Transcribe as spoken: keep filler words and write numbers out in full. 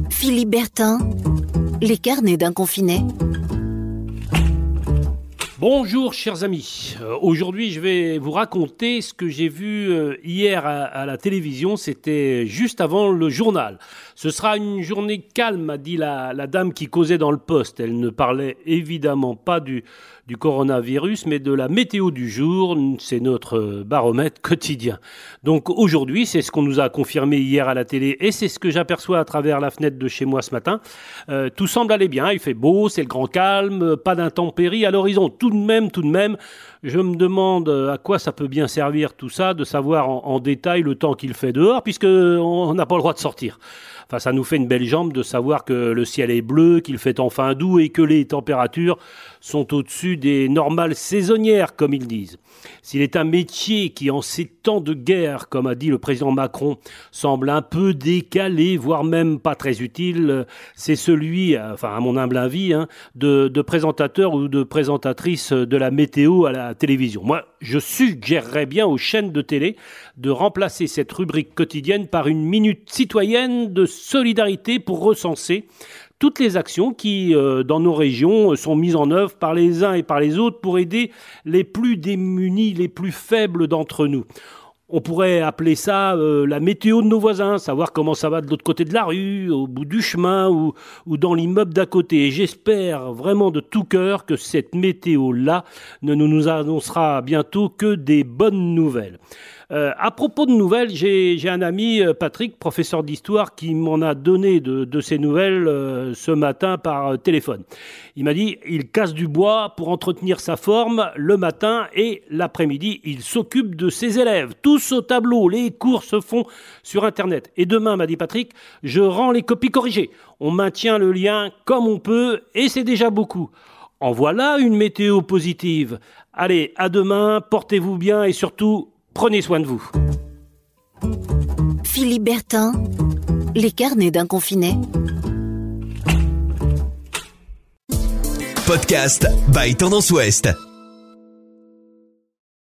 Philippe Bertin, les carnets d'un confiné. Bonjour chers amis, euh, aujourd'hui je vais vous raconter ce que j'ai vu euh, hier à, à la télévision, c'était juste avant le journal. Ce sera une journée calme, m'a dit la, la dame qui causait dans le poste. Elle ne parlait évidemment pas du, du coronavirus, mais de la météo du jour, c'est notre baromètre quotidien. Donc aujourd'hui, c'est ce qu'on nous a confirmé hier à la télé et c'est ce que j'aperçois à travers la fenêtre de chez moi ce matin. Euh, tout semble aller bien, il fait beau, c'est le grand calme, pas d'intempéries à l'horizon. Tout de même, tout de même, je me demande à quoi ça peut bien servir tout ça, de savoir en, en détail le temps qu'il fait dehors, puisqu'on n'a pas le droit de sortir. Enfin, ça nous fait une belle jambe de savoir que le ciel est bleu, qu'il fait enfin doux et que les températures sont au-dessus des normales saisonnières, comme ils disent. S'il est un métier qui, en ces temps de guerre, comme a dit le président Macron, semble un peu décalé, voire même pas très utile, c'est celui, enfin à mon humble avis, hein, de, de présentateur ou de présentatrice de la météo à la télévision. Moi, je suggérerais bien aux chaînes de télé de remplacer cette rubrique quotidienne par une minute citoyenne de solidarité pour recenser toutes les actions qui, euh, dans nos régions, sont mises en œuvre par les uns et par les autres pour aider les plus démunis, les plus faibles d'entre nous. On pourrait appeler ça euh, la météo de nos voisins, savoir comment ça va de l'autre côté de la rue, au bout du chemin ou, ou dans l'immeuble d'à côté. Et j'espère vraiment de tout cœur que cette météo-là ne nous annoncera bientôt que des bonnes nouvelles. Euh, à propos de nouvelles, j'ai, j'ai un ami, Patrick, professeur d'histoire, qui m'en a donné de, de ces nouvelles euh, ce matin par euh, téléphone. Il m'a dit, il casse du bois pour entretenir sa forme le matin et l'après-midi, il s'occupe de ses élèves. Tous au tableau, les cours se font sur Internet. Et demain, m'a dit Patrick, je rends les copies corrigées. On maintient le lien comme on peut et c'est déjà beaucoup. En voilà une météo positive. Allez, à demain, portez-vous bien et surtout, prenez soin de vous. Philippe Bertin, les carnets d'un confiné. Podcast by Tendance Ouest.